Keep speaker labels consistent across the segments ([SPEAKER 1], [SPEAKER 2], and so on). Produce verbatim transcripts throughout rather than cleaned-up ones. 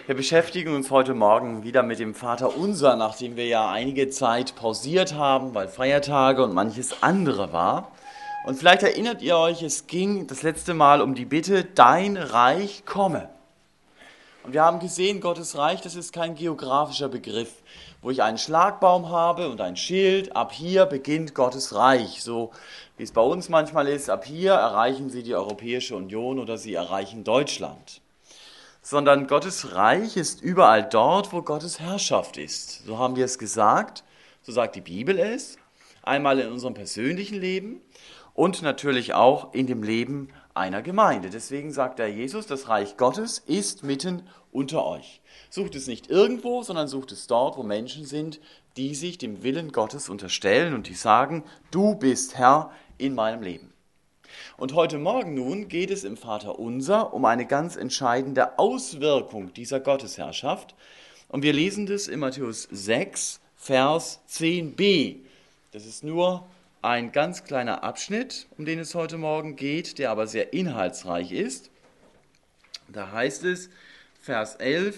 [SPEAKER 1] Wir beschäftigen uns heute Morgen wieder mit dem Vaterunser, nachdem wir ja einige Zeit pausiert haben, weil Feiertage und manches andere war. Und vielleicht erinnert ihr euch, es ging das letzte Mal um die Bitte, dein Reich komme. Und wir haben gesehen, Gottes Reich, das ist kein geografischer Begriff, wo ich einen Schlagbaum habe und ein Schild, ab hier beginnt Gottes Reich. So wie es bei uns manchmal ist, ab hier erreichen Sie die Europäische Union oder Sie erreichen Deutschland. Sondern Gottes Reich ist überall dort, wo Gottes Herrschaft ist. So haben wir es gesagt, so sagt die Bibel es, einmal in unserem persönlichen Leben und natürlich auch in dem Leben einer Gemeinde. Deswegen sagt der Jesus, das Reich Gottes ist mitten unter euch. Sucht es nicht irgendwo, sondern sucht es dort, wo Menschen sind, die sich dem Willen Gottes unterstellen und die sagen, du bist Herr in meinem Leben. Und heute Morgen nun geht es im Vaterunser um eine ganz entscheidende Auswirkung dieser Gottesherrschaft. Und wir lesen das in Matthäus sechs, Vers zehn b. Das ist nur ein ganz kleiner Abschnitt, um den es heute Morgen geht, der aber sehr inhaltsreich ist. Da heißt es, Vers elf,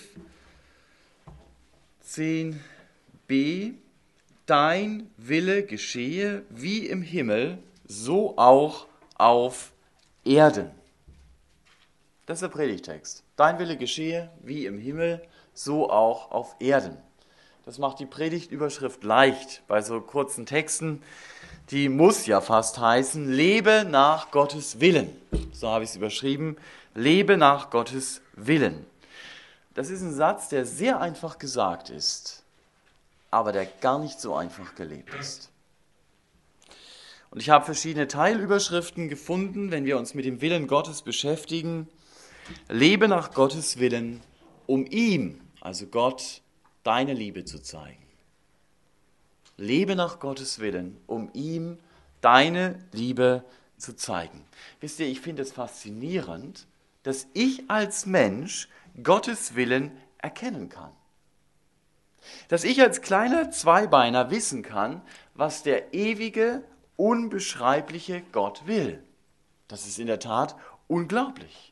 [SPEAKER 1] zehn b, dein Wille geschehe wie im Himmel, so auch auf Erden. Das ist der Predigtext. Dein Wille geschehe wie im Himmel, so auch auf Erden. Das macht die Predigtüberschrift leicht bei so kurzen Texten. Die muss ja fast heißen, lebe nach Gottes Willen. So habe ich es überschrieben, lebe nach Gottes Willen. Das ist ein Satz, der sehr einfach gesagt ist, aber der gar nicht so einfach gelebt ist. Und ich habe verschiedene Teilüberschriften gefunden, wenn wir uns mit dem Willen Gottes beschäftigen. Lebe nach Gottes Willen, um ihm, also Gott, deine Liebe zu zeigen. Lebe nach Gottes Willen, um ihm deine Liebe zu zeigen. Wisst ihr, ich finde es faszinierend, dass ich als Mensch Gottes Willen erkennen kann. Dass ich als kleiner Zweibeiner wissen kann, was der ewige, unbeschreibliche Gott will. Das ist in der Tat unglaublich.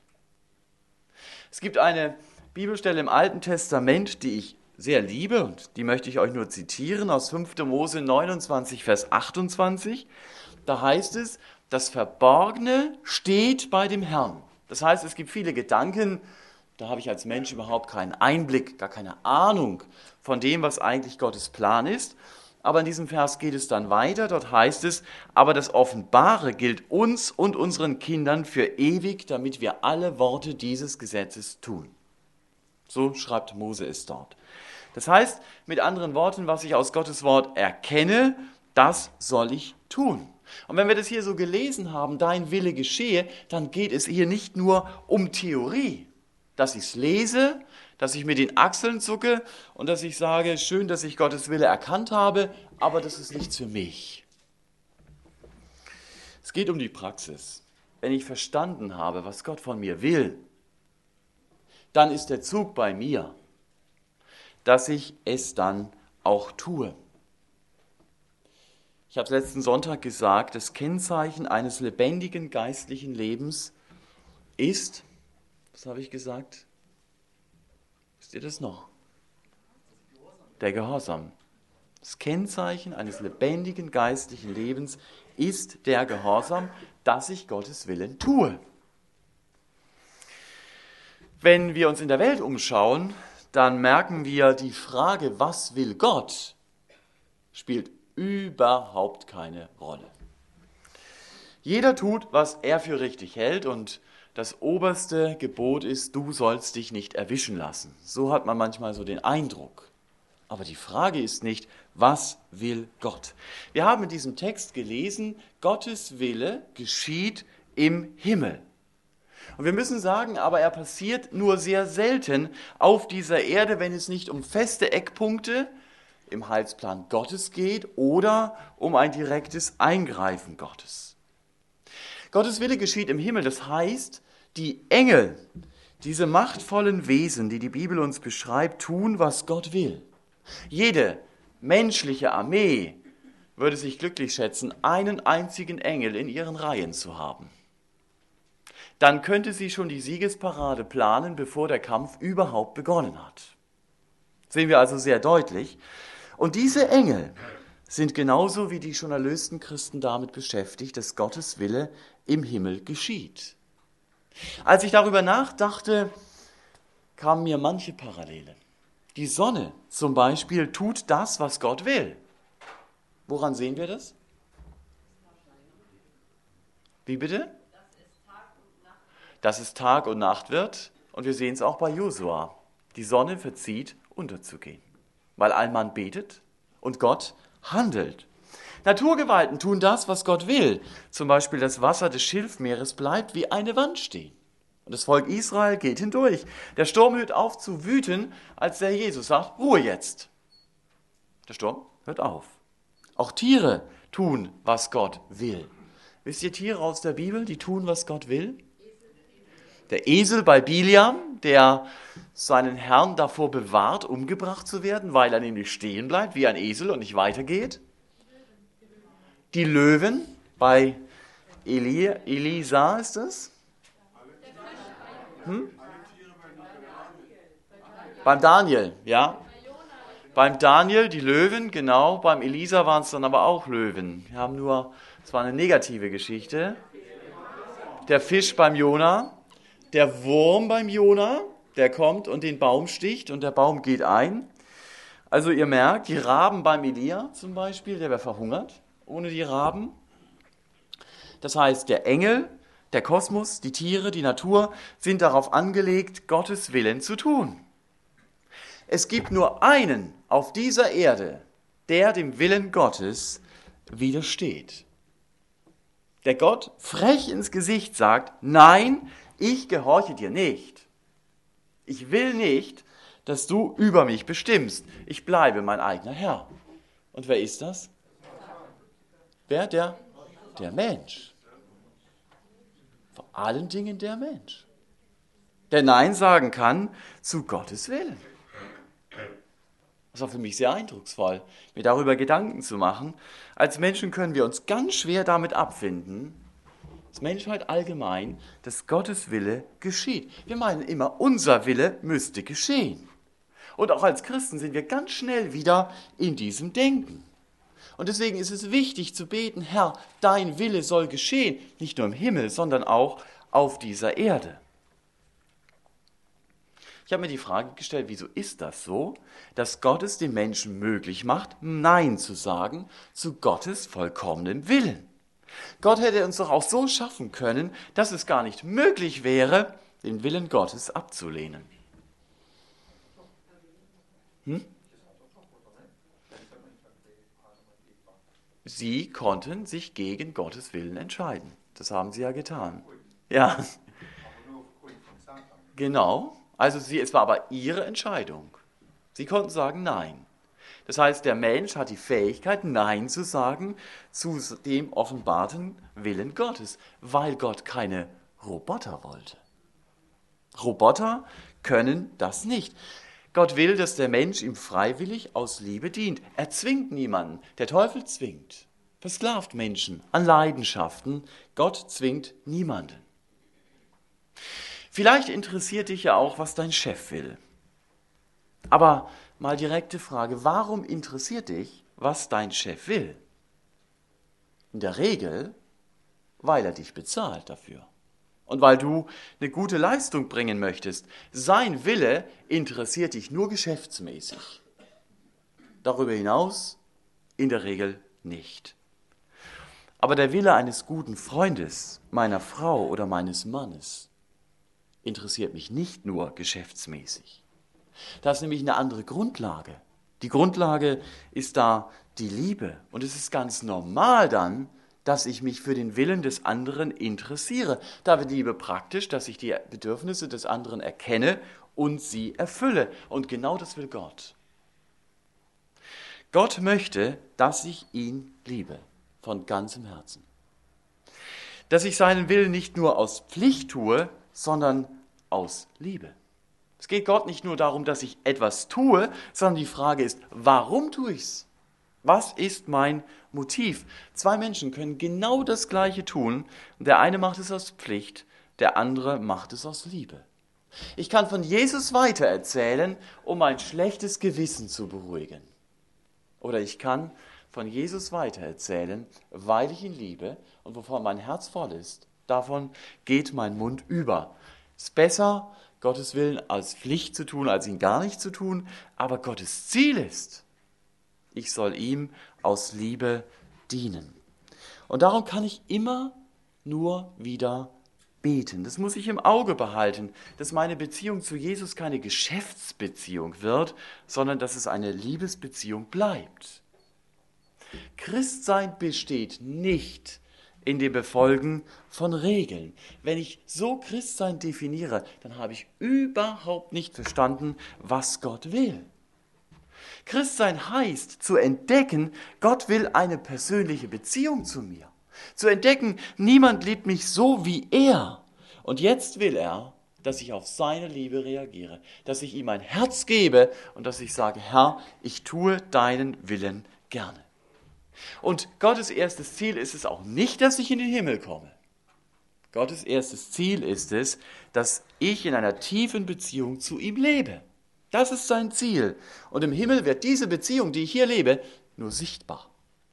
[SPEAKER 1] Es gibt eine Bibelstelle im Alten Testament, die ich sehr liebe und die möchte ich euch nur zitieren, aus fünfter Mose neunundzwanzig, Vers achtundzwanzig. Da heißt es, das Verborgene steht bei dem Herrn. Das heißt, es gibt viele Gedanken, da habe ich als Mensch überhaupt keinen Einblick, gar keine Ahnung von dem, was eigentlich Gottes Plan ist. Aber in diesem Vers geht es dann weiter, dort heißt es, aber das Offenbare gilt uns und unseren Kindern für ewig, damit wir alle Worte dieses Gesetzes tun. So schreibt Mose es dort. Das heißt, mit anderen Worten, was ich aus Gottes Wort erkenne, das soll ich tun. Und wenn wir das hier so gelesen haben, dein Wille geschehe, dann geht es hier nicht nur um Theorie, dass ich es lese, dass ich mit den Achseln zucke und dass ich sage, schön, dass ich Gottes Wille erkannt habe, aber das ist nichts für mich. Es geht um die Praxis. Wenn ich verstanden habe, was Gott von mir will, dann ist der Zug bei mir, dass ich es dann auch tue. Ich habe es letzten Sonntag gesagt, das Kennzeichen eines lebendigen geistlichen Lebens ist, was habe ich gesagt? Wisst ihr das noch? Der Gehorsam. Das Kennzeichen eines lebendigen geistlichen Lebens ist der Gehorsam, dass ich Gottes Willen tue. Wenn wir uns in der Welt umschauen, dann merken wir, die Frage, was will Gott, spielt überhaupt keine Rolle. Jeder tut, was er für richtig hält und das oberste Gebot ist, du sollst dich nicht erwischen lassen. So hat man manchmal so den Eindruck. Aber die Frage ist nicht, was will Gott? Wir haben in diesem Text gelesen, Gottes Wille geschieht im Himmel. Und wir müssen sagen, aber er passiert nur sehr selten auf dieser Erde, wenn es nicht um feste Eckpunkte im Heilsplan Gottes geht oder um ein direktes Eingreifen Gottes. Gottes Wille geschieht im Himmel, das heißt, die Engel, diese machtvollen Wesen, die die Bibel uns beschreibt, tun, was Gott will. Jede menschliche Armee würde sich glücklich schätzen, einen einzigen Engel in ihren Reihen zu haben. dann könnte sie schon die Siegesparade planen, bevor der Kampf überhaupt begonnen hat. Sehen wir also sehr deutlich. Und diese Engel sind genauso wie die schon erlösten Christen damit beschäftigt, dass Gottes Wille im Himmel geschieht. Als ich darüber nachdachte, kamen mir manche Parallelen. Die Sonne zum Beispiel tut das, was Gott will. Woran sehen wir das? Wie bitte? Dass es Tag und Nacht wird. Und wir sehen es auch bei Josua. Die Sonne verzieht, unterzugehen. Weil ein Mann betet und Gott handelt. Naturgewalten tun das, was Gott will. Zum Beispiel das Wasser des Schilfmeeres bleibt wie eine Wand stehen. Und das Volk Israel geht hindurch. Der Sturm hört auf zu wüten, als der Jesus sagt, Ruhe jetzt. Der Sturm hört auf. Auch Tiere tun, was Gott will. Wisst ihr Tiere aus der Bibel, die tun, was Gott will? Der Esel bei Biliam, der seinen Herrn davor bewahrt, umgebracht zu werden, weil er nämlich stehen bleibt wie ein Esel und nicht weitergeht. Die Löwen bei Eli, Elisa ist es. Hm? Beim Daniel, ja. Beim Daniel die Löwen, genau. Beim Elisa waren es dann aber auch Löwen. Wir haben nur, es war eine negative Geschichte. Der Fisch beim Jona, der Wurm beim Jona, der kommt und den Baum sticht und der Baum geht ein. Also ihr merkt, die Raben beim Elia zum Beispiel, der wäre verhungert ohne die Raben. Das heißt, der Engel, der Kosmos, die Tiere, die Natur sind darauf angelegt, Gottes Willen zu tun. Es gibt nur einen auf dieser Erde, der dem Willen Gottes widersteht. Der Gott frech ins Gesicht sagt, nein, ich gehorche dir nicht. Ich will nicht, dass du über mich bestimmst. Ich bleibe mein eigener Herr. Und wer ist das? Wer? Der? Der Mensch. Vor allen Dingen der Mensch. Der Nein sagen kann zu Gottes Willen. Das war für mich sehr eindrucksvoll, mir darüber Gedanken zu machen. Als Menschen können wir uns ganz schwer damit abfinden, als Menschheit allgemein, dass Gottes Wille geschieht. Wir meinen immer, unser Wille müsste geschehen. Und auch als Christen sind wir ganz schnell wieder in diesem Denken. Und deswegen ist es wichtig zu beten, Herr, dein Wille soll geschehen, nicht nur im Himmel, sondern auch auf dieser Erde. Ich habe mir die Frage gestellt, wieso ist das so, dass Gott es den Menschen möglich macht, Nein zu sagen zu Gottes vollkommenem Willen? Gott hätte uns doch auch so schaffen können, dass es gar nicht möglich wäre, den Willen Gottes abzulehnen. Hm? Sie konnten sich gegen Gottes Willen entscheiden. Das haben sie ja getan. Ja, genau. Also sie, es war aber ihre Entscheidung. Sie konnten sagen Nein. Das heißt, der Mensch hat die Fähigkeit, Nein zu sagen zu dem offenbarten Willen Gottes, weil Gott keine Roboter wollte. Roboter können das nicht. Gott will, dass der Mensch ihm freiwillig aus Liebe dient. Er zwingt niemanden. Der Teufel zwingt, versklavt Menschen an Leidenschaften. Gott zwingt niemanden. Vielleicht interessiert dich ja auch, was dein Chef will. Aber mal direkte Frage, warum interessiert dich, was dein Chef will? In der Regel, weil er dich bezahlt dafür. Und weil du eine gute Leistung bringen möchtest. Sein Wille interessiert dich nur geschäftsmäßig. Darüber hinaus in der Regel nicht. Aber der Wille eines guten Freundes, meiner Frau oder meines Mannes, interessiert mich nicht nur geschäftsmäßig. Da ist nämlich eine andere Grundlage. Die Grundlage ist da die Liebe. Und es ist ganz normal dann, dass ich mich für den Willen des anderen interessiere. Da wird Liebe praktisch, dass ich die Bedürfnisse des anderen erkenne und sie erfülle. Und genau das will Gott. Gott möchte, dass ich ihn liebe, von ganzem Herzen. Dass ich seinen Willen nicht nur aus Pflicht tue, sondern aus Liebe. Es geht Gott nicht nur darum, dass ich etwas tue, sondern die Frage ist, warum tue ich es? Was ist mein Motiv? Zwei Menschen können genau das Gleiche tun. Der eine macht es aus Pflicht, der andere macht es aus Liebe. Ich kann von Jesus weitererzählen, um mein schlechtes Gewissen zu beruhigen. Oder ich kann von Jesus weitererzählen, weil ich ihn liebe und wovon mein Herz voll ist. Davon geht mein Mund über. Es ist besser, Gottes Willen als Pflicht zu tun, als ihn gar nicht zu tun, aber Gottes Ziel ist, ich soll ihm aus Liebe dienen. Und darum kann ich immer nur wieder beten. Das muss ich im Auge behalten, dass meine Beziehung zu Jesus keine Geschäftsbeziehung wird, sondern dass es eine Liebesbeziehung bleibt. Christsein besteht nicht in dem Befolgen von Regeln. Wenn ich so Christsein definiere, dann habe ich überhaupt nicht verstanden, was Gott will. Christsein heißt zu entdecken, Gott will eine persönliche Beziehung zu mir. Zu entdecken, niemand liebt mich so wie er. Und jetzt will er, dass ich auf seine Liebe reagiere, dass ich ihm mein Herz gebe und dass ich sage, Herr, ich tue deinen Willen gerne. Und Gottes erstes Ziel ist es auch nicht, dass ich in den Himmel komme. Gottes erstes Ziel ist es, dass ich in einer tiefen Beziehung zu ihm lebe. Das ist sein Ziel. Und im Himmel wird diese Beziehung, die ich hier lebe, nur sichtbar.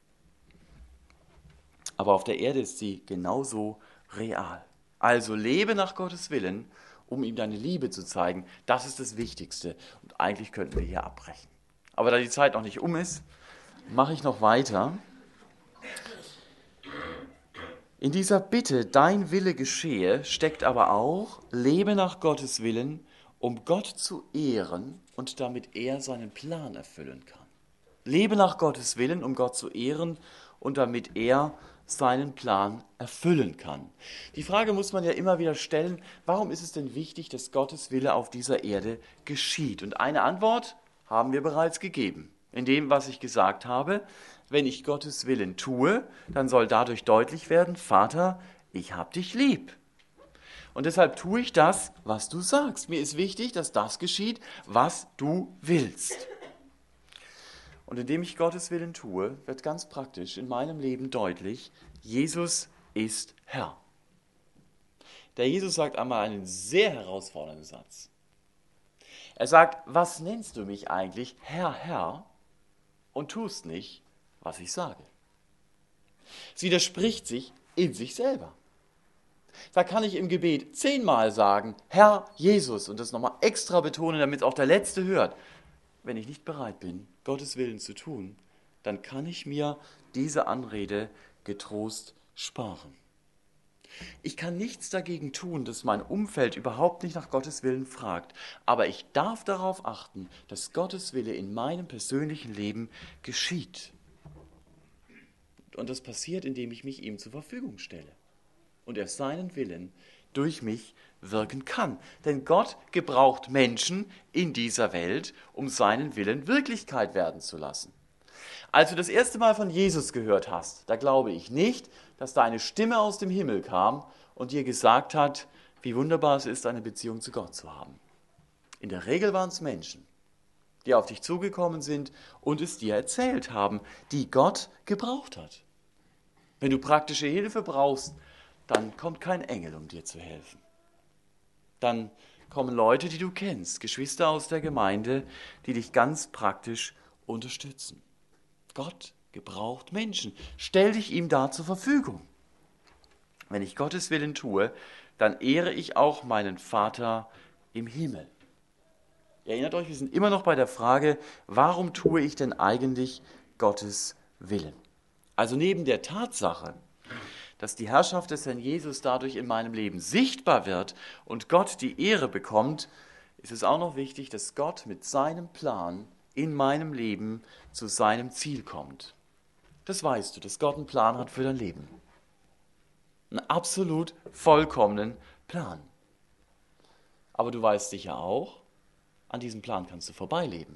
[SPEAKER 1] Aber auf der Erde ist sie genauso real. Also lebe nach Gottes Willen, um ihm deine Liebe zu zeigen. Das ist das Wichtigste. Und eigentlich könnten wir hier abbrechen. Aber da die Zeit noch nicht um ist, mache ich noch weiter. In dieser Bitte, dein Wille geschehe, steckt aber auch, lebe nach Gottes Willen, um Gott zu ehren und damit er seinen Plan erfüllen kann. Lebe nach Gottes Willen, um Gott zu ehren und damit er seinen Plan erfüllen kann. Die Frage muss man ja immer wieder stellen, warum ist es denn wichtig, dass Gottes Wille auf dieser Erde geschieht? Und eine Antwort haben wir bereits gegeben. In dem, was ich gesagt habe, wenn ich Gottes Willen tue, dann soll dadurch deutlich werden, Vater, ich hab dich lieb. Und deshalb tue ich das, was du sagst. Mir ist wichtig, dass das geschieht, was du willst. Und indem ich Gottes Willen tue, wird ganz praktisch in meinem Leben deutlich, Jesus ist Herr. Der Jesus sagt einmal einen sehr herausfordernden Satz. Er sagt, was nennst du mich eigentlich Herr, Herr, und tust nicht, was ich sage? Es widerspricht sich in sich selber. Da kann ich im Gebet zehnmal sagen, Herr Jesus, und das nochmal extra betonen, damit auch der Letzte hört. Wenn ich nicht bereit bin, Gottes Willen zu tun, dann kann ich mir diese Anrede getrost sparen. Ich kann nichts dagegen tun, dass mein Umfeld überhaupt nicht nach Gottes Willen fragt, aber ich darf darauf achten, dass Gottes Wille in meinem persönlichen Leben geschieht. Und das passiert, indem ich mich ihm zur Verfügung stelle und er seinen Willen durch mich wirken kann. Denn Gott gebraucht Menschen in dieser Welt, um seinen Willen Wirklichkeit werden zu lassen. Als du das erste Mal von Jesus gehört hast, da glaube ich nicht, dass da eine Stimme aus dem Himmel kam und dir gesagt hat, wie wunderbar es ist, eine Beziehung zu Gott zu haben. In der Regel waren es Menschen, die auf dich zugekommen sind und es dir erzählt haben, die Gott gebraucht hat. Wenn du praktische Hilfe brauchst, dann kommt kein Engel, um dir zu helfen. Dann kommen Leute, die du kennst, Geschwister aus der Gemeinde, die dich ganz praktisch unterstützen. Gott gebraucht Menschen. Stell dich ihm da zur Verfügung. Wenn ich Gottes Willen tue, dann ehre ich auch meinen Vater im Himmel. Ihr erinnert euch, wir sind immer noch bei der Frage, warum tue ich denn eigentlich Gottes Willen? Also neben der Tatsache, dass die Herrschaft des Herrn Jesus dadurch in meinem Leben sichtbar wird und Gott die Ehre bekommt, ist es auch noch wichtig, dass Gott mit seinem Plan in meinem Leben zu seinem Ziel kommt. Das weißt du, dass Gott einen Plan hat für dein Leben. Einen absolut vollkommenen Plan. Aber du weißt sicher auch, an diesem Plan kannst du vorbeileben.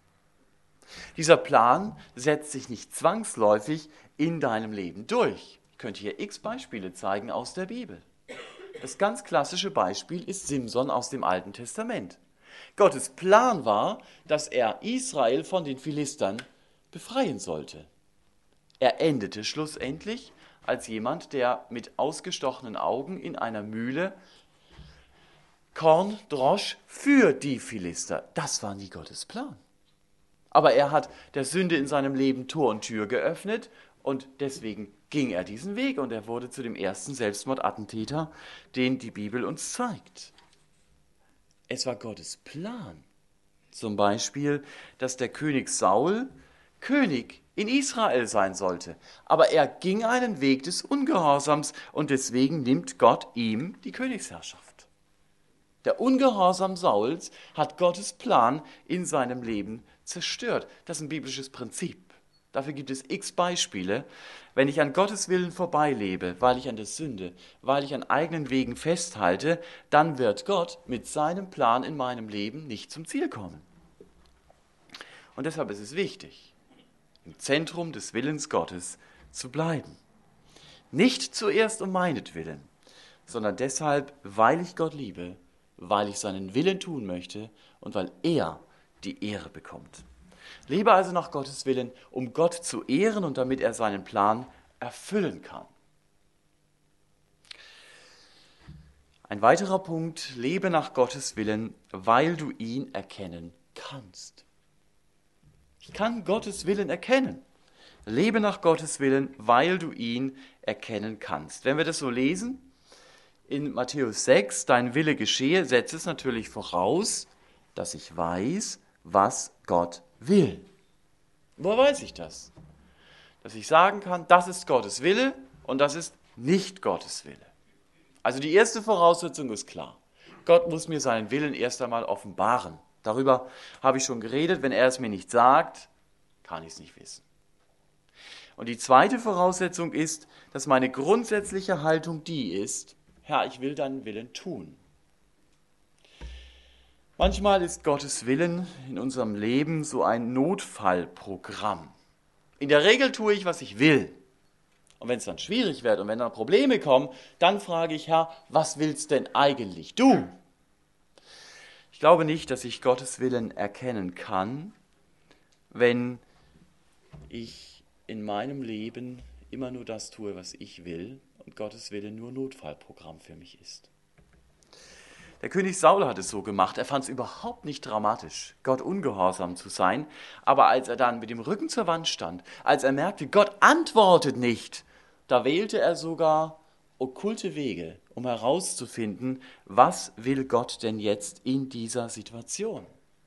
[SPEAKER 1] Dieser Plan setzt sich nicht zwangsläufig in deinem Leben durch. Ich könnte hier x Beispiele zeigen aus der Bibel. Das ganz klassische Beispiel ist Simson aus dem Alten Testament. Gottes Plan war, dass er Israel von den Philistern befreien sollte. Er endete schlussendlich als jemand, der mit ausgestochenen Augen in einer Mühle Korn drosch für die Philister. Das war nie Gottes Plan. Aber er hat der Sünde in seinem Leben Tor und Tür geöffnet und deswegen ging er diesen Weg und er wurde zu dem ersten Selbstmordattentäter, den die Bibel uns zeigt. Es war Gottes Plan. Zum Beispiel, dass der König Saul König in Israel sein sollte. Aber er ging einen Weg des Ungehorsams und deswegen nimmt Gott ihm die Königsherrschaft. Der Ungehorsam Sauls hat Gottes Plan in seinem Leben zerstört. Das ist ein biblisches Prinzip. Dafür gibt es x Beispiele. Wenn ich an Gottes Willen vorbeilebe, weil ich an der Sünde, weil ich an eigenen Wegen festhalte, dann wird Gott mit seinem Plan in meinem Leben nicht zum Ziel kommen. Und deshalb ist es wichtig, im Zentrum des Willens Gottes zu bleiben. Nicht zuerst um meinetwillen, sondern deshalb, weil ich Gott liebe, weil ich seinen Willen tun möchte und weil er die Ehre bekommt. Lebe also nach Gottes Willen, um Gott zu ehren und damit er seinen Plan erfüllen kann. Ein weiterer Punkt, lebe nach Gottes Willen, weil du ihn erkennen kannst. Ich kann Gottes Willen erkennen. Lebe nach Gottes Willen, weil du ihn erkennen kannst. Wenn wir das so lesen, in Matthäus sechs, dein Wille geschehe, setzt es natürlich voraus, dass ich weiß, was Gott will. Woher weiß ich das? Dass ich sagen kann, das ist Gottes Wille und das ist nicht Gottes Wille. Also die erste Voraussetzung ist klar. Gott muss mir seinen Willen erst einmal offenbaren. Darüber habe ich schon geredet. Wenn er es mir nicht sagt, kann ich es nicht wissen. Und die zweite Voraussetzung ist, dass meine grundsätzliche Haltung die ist, Herr, ich will deinen Willen tun. Manchmal ist Gottes Willen in unserem Leben so ein Notfallprogramm. In der Regel tue ich, was ich will. Und wenn es dann schwierig wird und wenn dann Probleme kommen, dann frage ich, Herr, was willst denn eigentlich du? Ich glaube nicht, dass ich Gottes Willen erkennen kann, wenn ich in meinem Leben immer nur das tue, was ich will und Gottes Wille nur Notfallprogramm für mich ist. Der König Saul hat es so gemacht, er fand es überhaupt nicht dramatisch, Gott ungehorsam zu sein, aber als er dann mit dem Rücken zur Wand stand, als er merkte, Gott antwortet nicht, da wählte er sogar okkulte Wege, um herauszufinden, was will Gott denn jetzt in dieser Situation.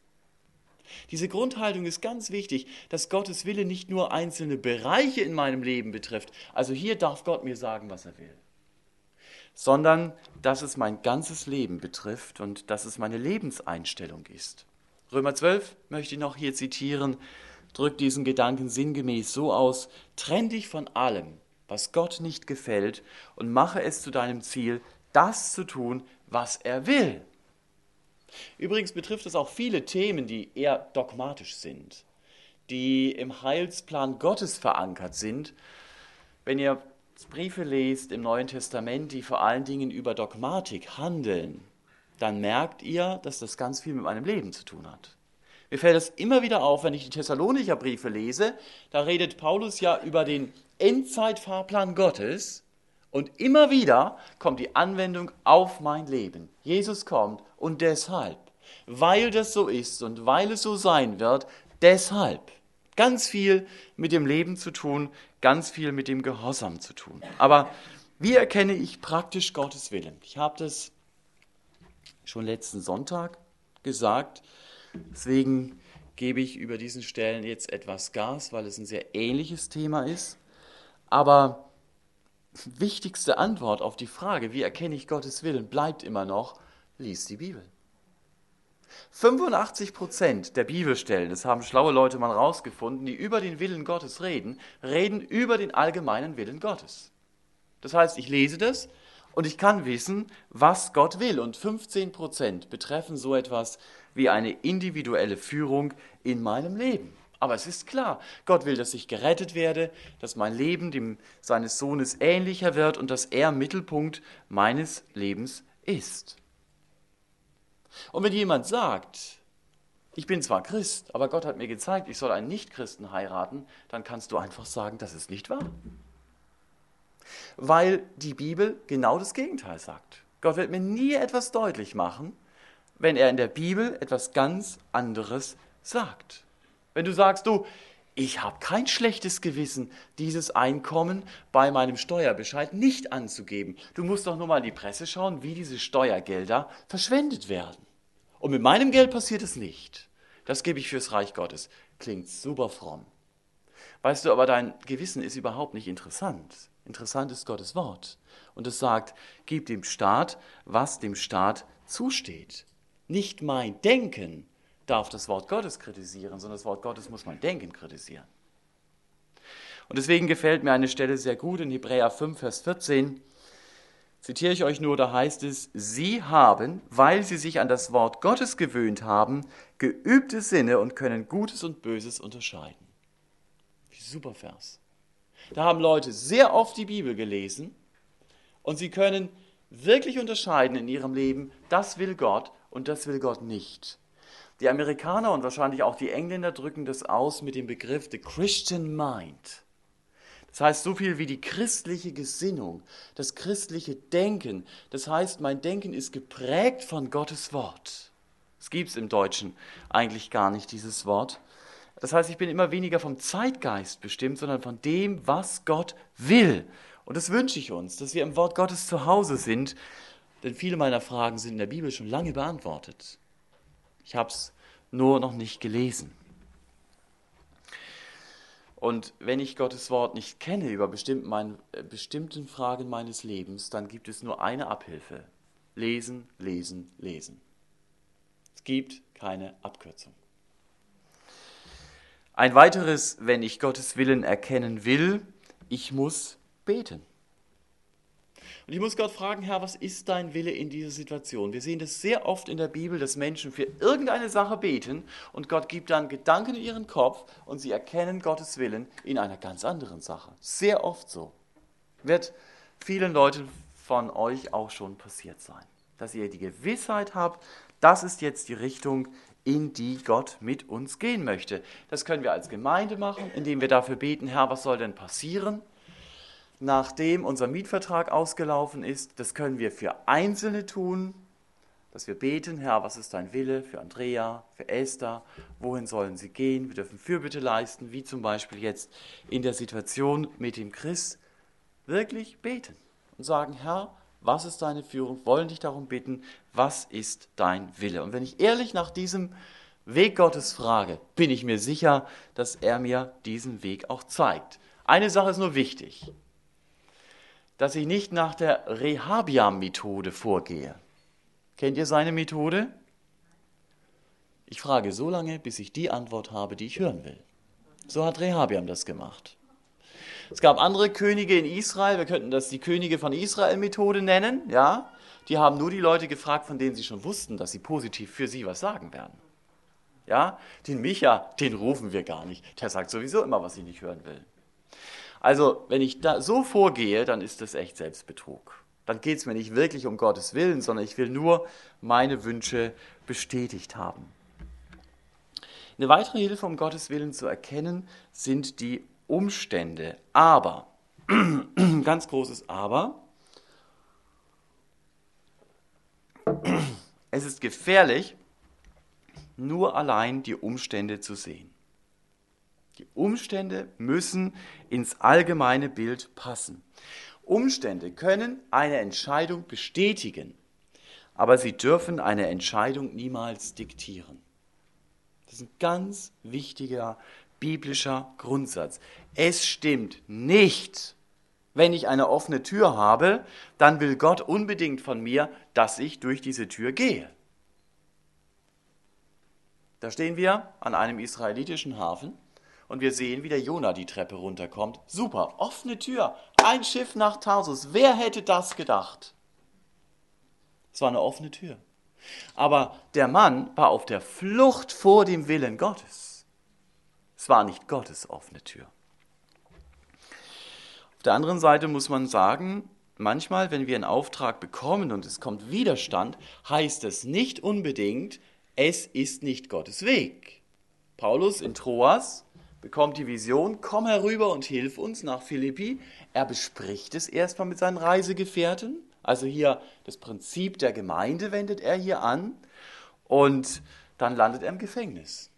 [SPEAKER 1] Diese Grundhaltung ist ganz wichtig, dass Gottes Wille nicht nur einzelne Bereiche in meinem Leben betrifft, also hier darf Gott mir sagen, was er will, sondern dass es mein ganzes Leben betrifft und dass es meine Lebenseinstellung ist. Römer zwölf möchte ich noch hier zitieren, drückt diesen Gedanken sinngemäß so aus, trenn dich von allem, was Gott nicht gefällt und mache es zu deinem Ziel, das zu tun, was er will. Übrigens betrifft es auch viele Themen, die eher dogmatisch sind, die im Heilsplan Gottes verankert sind. Wenn ihr Briefe lest im Neuen Testament, die vor allen Dingen über Dogmatik handeln, dann merkt ihr, dass das ganz viel mit meinem Leben zu tun hat. Mir fällt das immer wieder auf, wenn ich die Thessalonicher Briefe lese, da redet Paulus ja über den Endzeitfahrplan Gottes und immer wieder kommt die Anwendung auf mein Leben. Jesus kommt und deshalb, weil das so ist und weil es so sein wird, deshalb. Ganz viel mit dem Leben zu tun, ganz viel mit dem Gehorsam zu tun. Aber wie erkenne ich praktisch Gottes Willen? Ich habe das schon letzten Sonntag gesagt, deswegen gebe ich über diesen Stellen jetzt etwas Gas, weil es ein sehr ähnliches Thema ist. Aber wichtigste Antwort auf die Frage, wie erkenne ich Gottes Willen, bleibt immer noch, lies die Bibel. fünfundachtzig Prozent der Bibelstellen, das haben schlaue Leute mal rausgefunden, die über den Willen Gottes reden, reden über den allgemeinen Willen Gottes. Das heißt, ich lese das und ich kann wissen, was Gott will. Und fünfzehn Prozent betreffen so etwas wie eine individuelle Führung in meinem Leben. Aber es ist klar, Gott will, dass ich gerettet werde, dass mein Leben dem seines Sohnes ähnlicher wird und dass er Mittelpunkt meines Lebens ist. Und wenn jemand sagt, ich bin zwar Christ, aber Gott hat mir gezeigt, ich soll einen Nichtchristen heiraten, dann kannst du einfach sagen, das ist nicht wahr. Weil die Bibel genau das Gegenteil sagt. Gott wird mir nie etwas deutlich machen, wenn er in der Bibel etwas ganz anderes sagt. Wenn du sagst, du, ich habe kein schlechtes Gewissen, dieses Einkommen bei meinem Steuerbescheid nicht anzugeben. Du musst doch nur mal in die Presse schauen, wie diese Steuergelder verschwendet werden. Und mit meinem Geld passiert es nicht. Das gebe ich fürs Reich Gottes. Klingt super fromm. Weißt du, aber dein Gewissen ist überhaupt nicht interessant. Interessant ist Gottes Wort. Und es sagt, gib dem Staat, was dem Staat zusteht. Nicht mein Denken darf das Wort Gottes kritisieren, sondern das Wort Gottes muss mein Denken kritisieren. Und deswegen gefällt mir eine Stelle sehr gut in Hebräer fünf, Vers vierzehn. Zitiere ich euch nur, da heißt es, sie haben, weil sie sich an das Wort Gottes gewöhnt haben, geübte Sinne und können Gutes und Böses unterscheiden. Super Vers. Da haben Leute sehr oft die Bibel gelesen und sie können wirklich unterscheiden in ihrem Leben, das will Gott und das will Gott nicht. Die Amerikaner und wahrscheinlich auch die Engländer drücken das aus mit dem Begriff the Christian Mind. Das heißt so viel wie die christliche Gesinnung, das christliche Denken. Das heißt, mein Denken ist geprägt von Gottes Wort. Es gibt es im Deutschen eigentlich gar nicht, dieses Wort. Das heißt, ich bin immer weniger vom Zeitgeist bestimmt, sondern von dem, was Gott will. Und das wünsche ich uns, dass wir im Wort Gottes zu Hause sind, denn viele meiner Fragen sind in der Bibel schon lange beantwortet. Ich habe es nur noch nicht gelesen. Und wenn ich Gottes Wort nicht kenne über bestimmten, mein, äh, bestimmten Fragen meines Lebens, dann gibt es nur eine Abhilfe. Lesen, lesen, lesen. Es gibt keine Abkürzung. Ein weiteres, wenn ich Gottes Willen erkennen will, ich muss beten. Und ich muss Gott fragen, Herr, was ist dein Wille in dieser Situation? Wir sehen das sehr oft in der Bibel, dass Menschen für irgendeine Sache beten und Gott gibt dann Gedanken in ihren Kopf und sie erkennen Gottes Willen in einer ganz anderen Sache. Sehr oft so. Wird vielen Leuten von euch auch schon passiert sein, dass ihr die Gewissheit habt, das ist jetzt die Richtung, in die Gott mit uns gehen möchte. Das können wir als Gemeinde machen, indem wir dafür beten, Herr, was soll denn passieren, nachdem unser Mietvertrag ausgelaufen ist. Das können wir für Einzelne tun, dass wir beten, Herr, was ist dein Wille für Andrea, für Esther, wohin sollen sie gehen? Wir dürfen Fürbitte leisten, wie zum Beispiel jetzt in der Situation mit dem Chris. Wirklich beten und sagen, Herr, was ist deine Führung? Wollen dich darum bitten, was ist dein Wille? Und wenn ich ehrlich nach diesem Weg Gottes frage, bin ich mir sicher, dass er mir diesen Weg auch zeigt. Eine Sache ist nur wichtig, dass ich nicht nach der Rehabiam-Methode vorgehe. Kennt ihr seine Methode? Ich frage so lange, bis ich die Antwort habe, die ich hören will. So hat Rehabiam das gemacht. Es gab andere Könige in Israel, wir könnten das die Könige von Israel-Methode nennen, ja. Die haben nur die Leute gefragt, von denen sie schon wussten, dass sie positiv für sie was sagen werden. Ja, den Micha, den rufen wir gar nicht, der sagt sowieso immer, was ich nicht hören will. Also, wenn ich da so vorgehe, dann ist das echt Selbstbetrug. Dann geht es mir nicht wirklich um Gottes Willen, sondern ich will nur meine Wünsche bestätigt haben. Eine weitere Hilfe, um Gottes Willen zu erkennen, sind die Umstände. Aber, ganz großes Aber, es ist gefährlich, nur allein die Umstände zu sehen. Die Umstände müssen ins allgemeine Bild passen. Umstände können eine Entscheidung bestätigen, aber sie dürfen eine Entscheidung niemals diktieren. Das ist ein ganz wichtiger biblischer Grundsatz. Es stimmt nicht, wenn ich eine offene Tür habe, dann will Gott unbedingt von mir, dass ich durch diese Tür gehe. Da stehen wir an einem israelitischen Hafen und wir sehen, wie der Jona die Treppe runterkommt. Super, offene Tür, ein Schiff nach Tarsus. Wer hätte das gedacht? Es war eine offene Tür. Aber der Mann war auf der Flucht vor dem Willen Gottes. Es war nicht Gottes offene Tür. Auf der anderen Seite muss man sagen, manchmal, wenn wir einen Auftrag bekommen und es kommt Widerstand, heißt es nicht unbedingt, es ist nicht Gottes Weg. Paulus in Troas bekommt die Vision, komm herüber und hilf uns nach Philippi. Er bespricht es erstmal mit seinen Reisegefährten. Also hier das Prinzip der Gemeinde wendet er hier an. Und dann landet er im Gefängnis.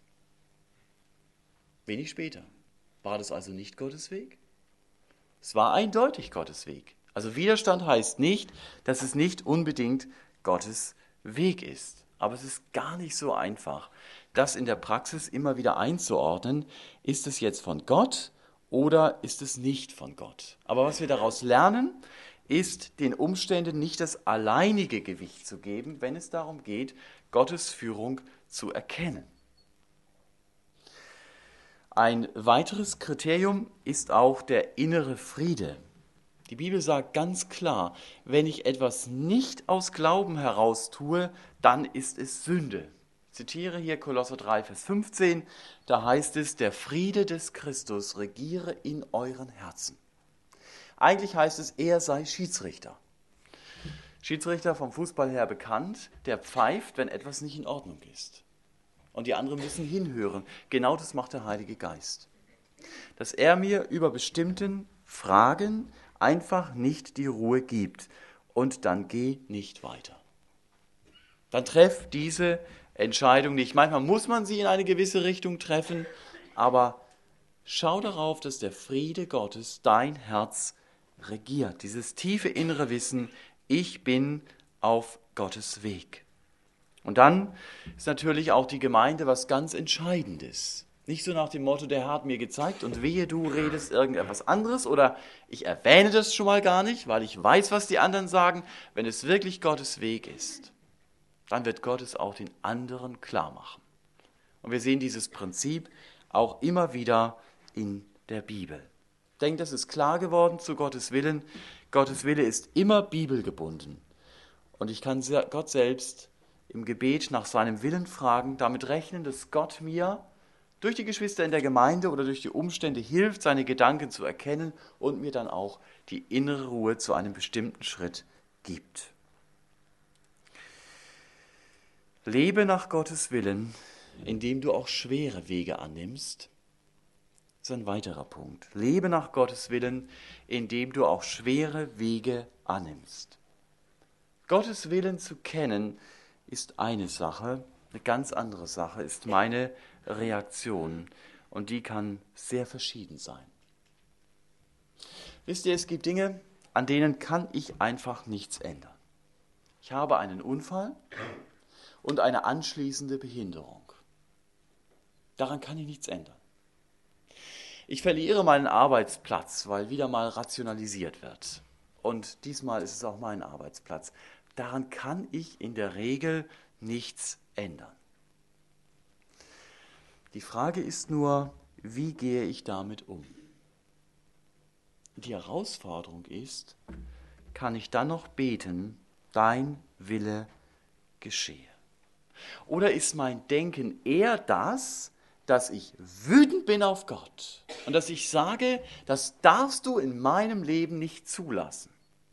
[SPEAKER 1] Wenig später. War das also nicht Gottes Weg? Es war eindeutig Gottes Weg. Also Widerstand heißt nicht, dass es nicht unbedingt Gottes Weg ist. Aber es ist gar nicht so einfach, das in der Praxis immer wieder einzuordnen. Ist es jetzt von Gott oder ist es nicht von Gott? Aber was wir daraus lernen, ist, den Umständen nicht das alleinige Gewicht zu geben, wenn es darum geht, Gottes Führung zu erkennen. Ein weiteres Kriterium ist auch der innere Friede. Die Bibel sagt ganz klar, wenn ich etwas nicht aus Glauben heraus tue, dann ist es Sünde. Ich zitiere hier Kolosser drei, Vers fünfzehn, da heißt es, der Friede des Christus regiere in euren Herzen. Eigentlich heißt es, er sei Schiedsrichter. Schiedsrichter vom Fußball her bekannt, der pfeift, wenn etwas nicht in Ordnung ist. Und die anderen müssen hinhören. Genau das macht der Heilige Geist. Dass er mir über bestimmten Fragen einfach nicht die Ruhe gibt. Und dann geh nicht weiter. Dann treff diese Entscheidung nicht. Manchmal muss man sie in eine gewisse Richtung treffen, aber schau darauf, dass der Friede Gottes dein Herz regiert. Dieses tiefe innere Wissen, ich bin auf Gottes Weg. Und dann ist natürlich auch die Gemeinde was ganz Entscheidendes. Nicht so nach dem Motto, der Herr hat mir gezeigt und wehe, du redest irgendetwas anderes oder ich erwähne das schon mal gar nicht, weil ich weiß, was die anderen sagen. Wenn es wirklich Gottes Weg ist, dann wird Gott es auch den anderen klar machen. Und wir sehen dieses Prinzip auch immer wieder in der Bibel. Ich denke, das ist klar geworden zu Gottes Willen. Gottes Wille ist immer bibelgebunden. Und ich kann Gott selbst im Gebet nach seinem Willen fragen, damit rechnen, dass Gott mir durch die Geschwister in der Gemeinde oder durch die Umstände hilft, seine Gedanken zu erkennen und mir dann auch die innere Ruhe zu einem bestimmten Schritt gibt. Lebe nach Gottes Willen, indem du auch schwere Wege annimmst. Das ist ein weiterer Punkt. Lebe nach Gottes Willen, indem du auch schwere Wege annimmst. Gottes Willen zu kennen, ist eine Sache, eine ganz andere Sache ist meine Reaktion und die kann sehr verschieden sein. Wisst ihr, es gibt Dinge, an denen kann ich einfach nichts ändern. Ich habe einen Unfall und eine anschließende Behinderung. Daran kann ich nichts ändern. Ich verliere meinen Arbeitsplatz, weil wieder mal rationalisiert wird. Und diesmal ist es auch mein Arbeitsplatz. Daran kann ich in der Regel nichts ändern. Die Frage ist nur, wie gehe ich damit um? Die Herausforderung ist, kann ich dann noch beten, dein Wille geschehe? Oder ist mein Denken eher das, dass ich wütend bin auf Gott und dass ich sage, das darfst du in meinem Leben nicht zulassen?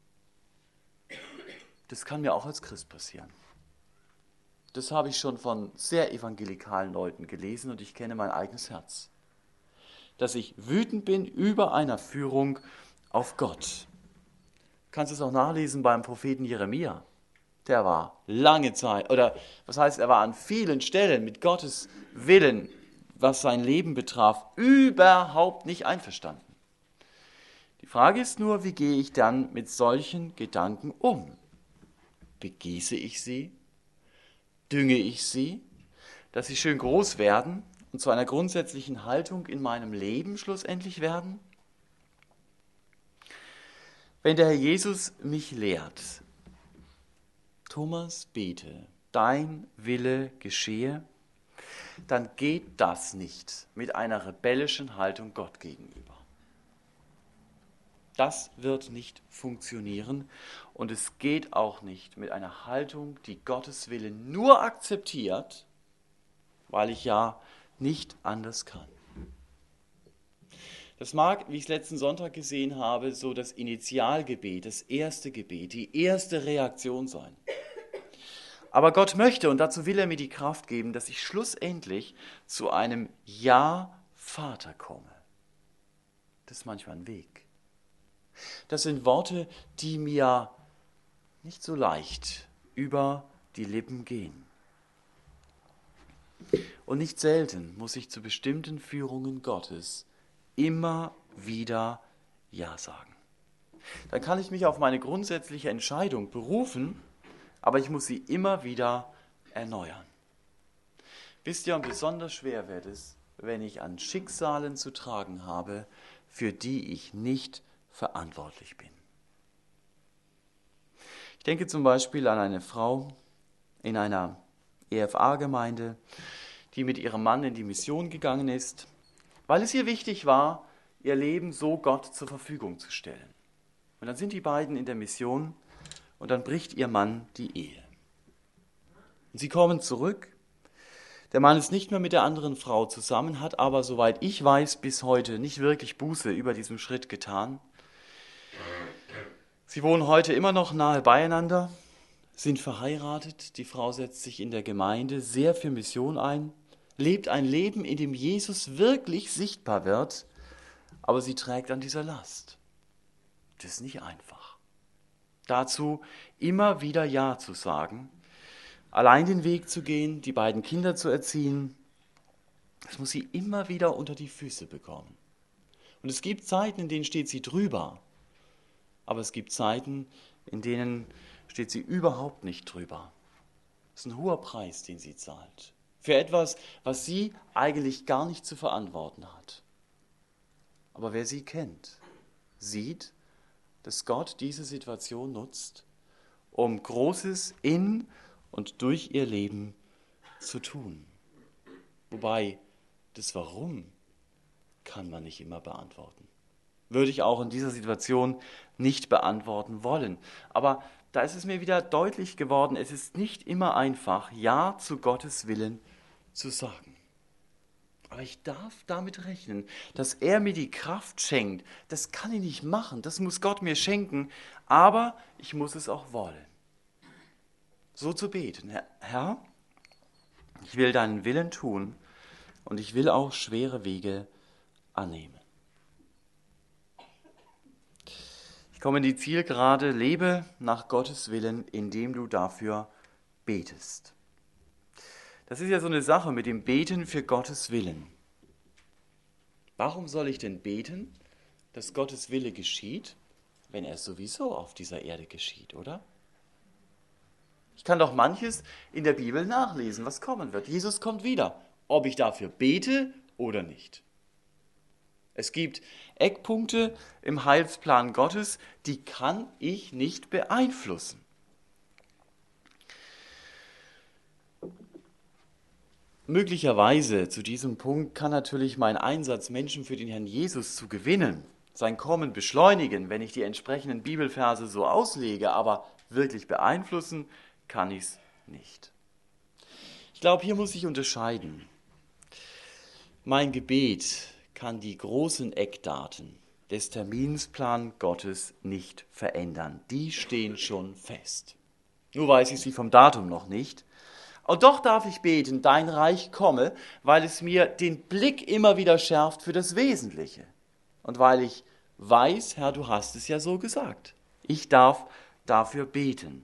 [SPEAKER 1] Das kann mir auch als Christ passieren. Das habe ich schon von sehr evangelikalen Leuten gelesen und ich kenne mein eigenes Herz. Dass ich wütend bin über eine Führung auf Gott. Du kannst es auch nachlesen beim Propheten Jeremia. Der war lange Zeit, oder was heißt, er war an vielen Stellen mit Gottes Willen, was sein Leben betraf, überhaupt nicht einverstanden. Die Frage ist nur, wie gehe ich dann mit solchen Gedanken um? Begieße ich sie? Dünge ich sie, dass sie schön groß werden und zu einer grundsätzlichen Haltung in meinem Leben schlussendlich werden? Wenn der Herr Jesus mich lehrt, Thomas, bete, dein Wille geschehe, dann geht das nicht mit einer rebellischen Haltung Gott gegenüber. Das wird nicht funktionieren und es geht auch nicht mit einer Haltung, die Gottes Wille nur akzeptiert, weil ich ja nicht anders kann. Das mag, wie ich es letzten Sonntag gesehen habe, so das Initialgebet, das erste Gebet, die erste Reaktion sein. Aber Gott möchte, und dazu will er mir die Kraft geben, dass ich schlussendlich zu einem Ja, Vater komme. Das ist manchmal ein Weg. Das sind Worte, die mir nicht so leicht über die Lippen gehen. Und nicht selten muss ich zu bestimmten Führungen Gottes immer wieder Ja sagen. Dann kann ich mich auf meine grundsätzliche Entscheidung berufen, aber ich muss sie immer wieder erneuern. Wisst ihr, und besonders schwer wird es, wenn ich an Schicksalen zu tragen habe, für die ich nicht verantwortlich bin. Ich denke zum Beispiel an eine Frau in einer E F A-Gemeinde, die mit ihrem Mann in die Mission gegangen ist, weil es ihr wichtig war, ihr Leben so Gott zur Verfügung zu stellen. Und dann sind die beiden in der Mission und dann bricht ihr Mann die Ehe. Und sie kommen zurück. Der Mann ist nicht mehr mit der anderen Frau zusammen, hat aber, soweit ich weiß, bis heute nicht wirklich Buße über diesen Schritt getan. Sie wohnen heute immer noch nahe beieinander, sind verheiratet. Die Frau setzt sich in der Gemeinde sehr für Mission ein, lebt ein Leben, in dem Jesus wirklich sichtbar wird, aber sie trägt an dieser Last. Das ist nicht einfach. Dazu immer wieder Ja zu sagen, allein den Weg zu gehen, die beiden Kinder zu erziehen, das muss sie immer wieder unter die Füße bekommen. Und es gibt Zeiten, in denen steht sie drüber, aber es gibt Zeiten, in denen steht sie überhaupt nicht drüber. Das ist ein hoher Preis, den sie zahlt. Für etwas, was sie eigentlich gar nicht zu verantworten hat. Aber wer sie kennt, sieht, dass Gott diese Situation nutzt, um Großes in und durch ihr Leben zu tun. Wobei, das Warum kann man nicht immer beantworten. Würde ich auch in dieser Situation nicht beantworten wollen. Aber da ist es mir wieder deutlich geworden, es ist nicht immer einfach, Ja zu Gottes Willen zu sagen. Aber ich darf damit rechnen, dass er mir die Kraft schenkt. Das kann ich nicht machen, das muss Gott mir schenken, aber ich muss es auch wollen. So zu beten, Herr, ich will deinen Willen tun und ich will auch schwere Wege annehmen. Ich komme in die Zielgerade, lebe nach Gottes Willen, indem du dafür betest. Das ist ja so eine Sache mit dem Beten für Gottes Willen. Warum soll ich denn beten, dass Gottes Wille geschieht, wenn er sowieso auf dieser Erde geschieht, oder? Ich kann doch manches in der Bibel nachlesen, was kommen wird. Jesus kommt wieder, ob ich dafür bete oder nicht. Es gibt Eckpunkte im Heilsplan Gottes, die kann ich nicht beeinflussen. Möglicherweise zu diesem Punkt kann natürlich mein Einsatz, Menschen für den Herrn Jesus zu gewinnen, sein Kommen beschleunigen, wenn ich die entsprechenden Bibelverse so auslege, aber wirklich beeinflussen kann ich es nicht. Ich glaube, hier muss ich unterscheiden. Mein Gebet kann die großen Eckdaten des Terminplans Gottes nicht verändern. Die stehen schon fest. Nur weiß ich sie vom Datum noch nicht. Und doch darf ich beten, dein Reich komme, weil es mir den Blick immer wieder schärft für das Wesentliche. Und weil ich weiß, Herr, du hast es ja so gesagt. Ich darf dafür beten.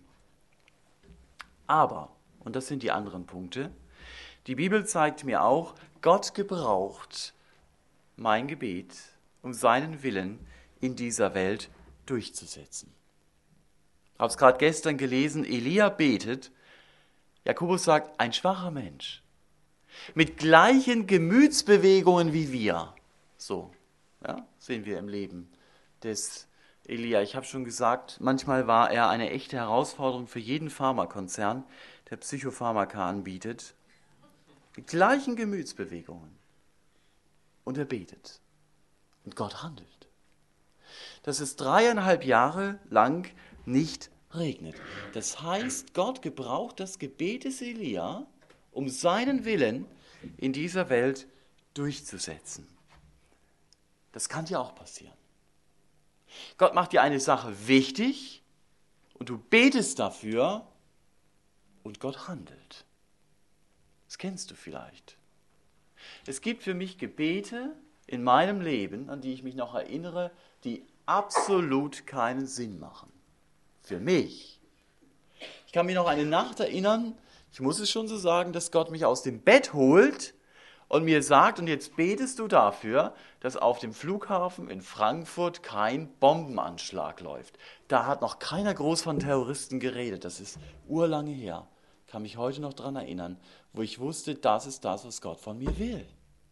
[SPEAKER 1] Aber, und das sind die anderen Punkte, die Bibel zeigt mir auch, Gott gebraucht mein Gebet, um seinen Willen in dieser Welt durchzusetzen. Ich habe es gerade gestern gelesen, Elia betet, Jakobus sagt, ein schwacher Mensch, mit gleichen Gemütsbewegungen wie wir. So, ja, sehen wir im Leben des Elia. Ich habe schon gesagt, manchmal war er eine echte Herausforderung für jeden Pharmakonzern, der Psychopharmaka anbietet. Mit gleichen Gemütsbewegungen. Und er betet. Und Gott handelt. Dass es dreieinhalb Jahre lang nicht regnet. Das heißt, Gott gebraucht das Gebet des Elia, um seinen Willen in dieser Welt durchzusetzen. Das kann dir auch passieren. Gott macht dir eine Sache wichtig und du betest dafür und Gott handelt. Das kennst du vielleicht. Es gibt für mich Gebete in meinem Leben, an die ich mich noch erinnere, die absolut keinen Sinn machen. Für mich. Ich kann mich noch an eine Nacht erinnern, ich muss es schon so sagen, dass Gott mich aus dem Bett holt und mir sagt, und jetzt betest du dafür, dass auf dem Flughafen in Frankfurt kein Bombenanschlag läuft. Da hat noch keiner groß von Terroristen geredet, das ist urlange her. Ich kann mich heute noch daran erinnern, wo ich wusste, das ist das, was Gott von mir will.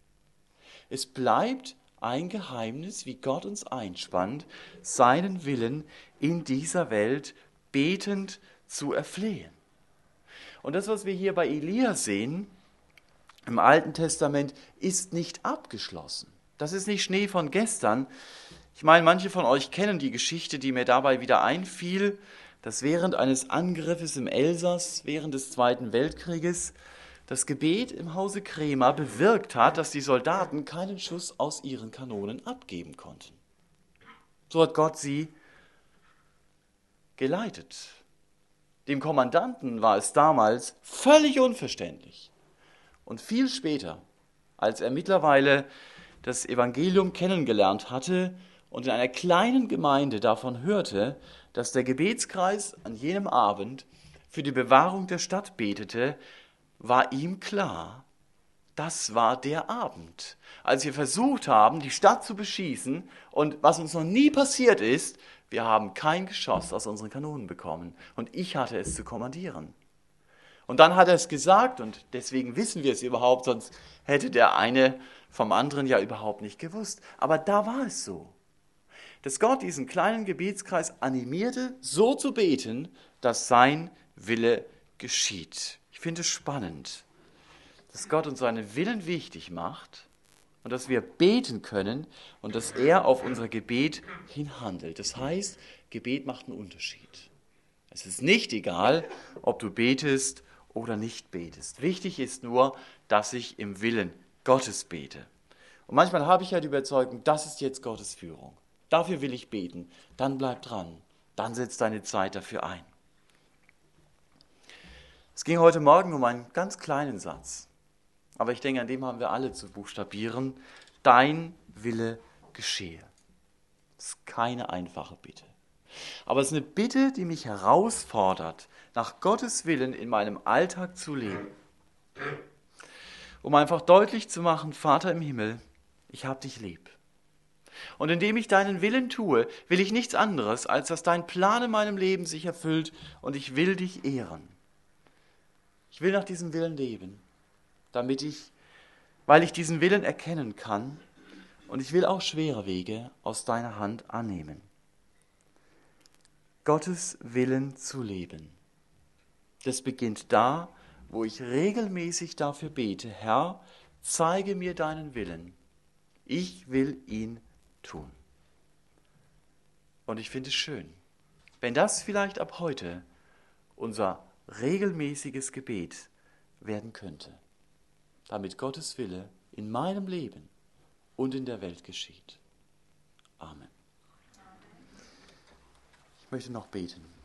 [SPEAKER 1] Es bleibt ein Geheimnis, wie Gott uns einspannt, seinen Willen in dieser Welt betend zu erflehen. Und das, was wir hier bei Elia sehen, im Alten Testament, ist nicht abgeschlossen. Das ist nicht Schnee von gestern. Ich meine, manche von euch kennen die Geschichte, die mir dabei wieder einfiel, dass während eines Angriffes im Elsass, während des Zweiten Weltkrieges, das Gebet im Hause Kremer bewirkt hat, dass die Soldaten keinen Schuss aus ihren Kanonen abgeben konnten. So hat Gott sie geleitet. Dem Kommandanten war es damals völlig unverständlich. Und viel später, als er mittlerweile das Evangelium kennengelernt hatte und in einer kleinen Gemeinde davon hörte, dass der Gebetskreis an jenem Abend für die Bewahrung der Stadt betete, war ihm klar, das war der Abend, als wir versucht haben, die Stadt zu beschießen und was uns noch nie passiert ist, wir haben kein Geschoss aus unseren Kanonen bekommen und ich hatte es zu kommandieren. Und dann hat er es gesagt und deswegen wissen wir es überhaupt, sonst hätte der eine vom anderen ja überhaupt nicht gewusst. Aber da war es so, dass Gott diesen kleinen Gebetskreis animierte, so zu beten, dass sein Wille geschieht. Ich finde es spannend, dass Gott uns seinen Willen wichtig macht und dass wir beten können und dass er auf unser Gebet hinhandelt. Das heißt, Gebet macht einen Unterschied. Es ist nicht egal, ob du betest oder nicht betest. Wichtig ist nur, dass ich im Willen Gottes bete. Und manchmal habe ich ja die Überzeugung, das ist jetzt Gottes Führung. Dafür will ich beten. Dann bleib dran. Dann setz deine Zeit dafür ein. Es ging heute Morgen um einen ganz kleinen Satz. Aber ich denke, an dem haben wir alle zu buchstabieren. Dein Wille geschehe. Das ist keine einfache Bitte. Aber es ist eine Bitte, die mich herausfordert, nach Gottes Willen in meinem Alltag zu leben. Um einfach deutlich zu machen, Vater im Himmel, ich hab dich lieb. Und indem ich deinen Willen tue, will ich nichts anderes, als dass dein Plan in meinem Leben sich erfüllt und ich will dich ehren. Ich will nach diesem Willen leben, damit ich, weil ich diesen Willen erkennen kann und ich will auch schwere Wege aus deiner Hand annehmen. Gottes Willen zu leben. Das beginnt da, wo ich regelmäßig dafür bete, Herr, zeige mir deinen Willen. Ich will ihn tun. Und ich finde es schön, wenn das vielleicht ab heute unser regelmäßiges Gebet werden könnte, damit Gottes Wille in meinem Leben und in der Welt geschieht. Amen. Ich möchte noch beten.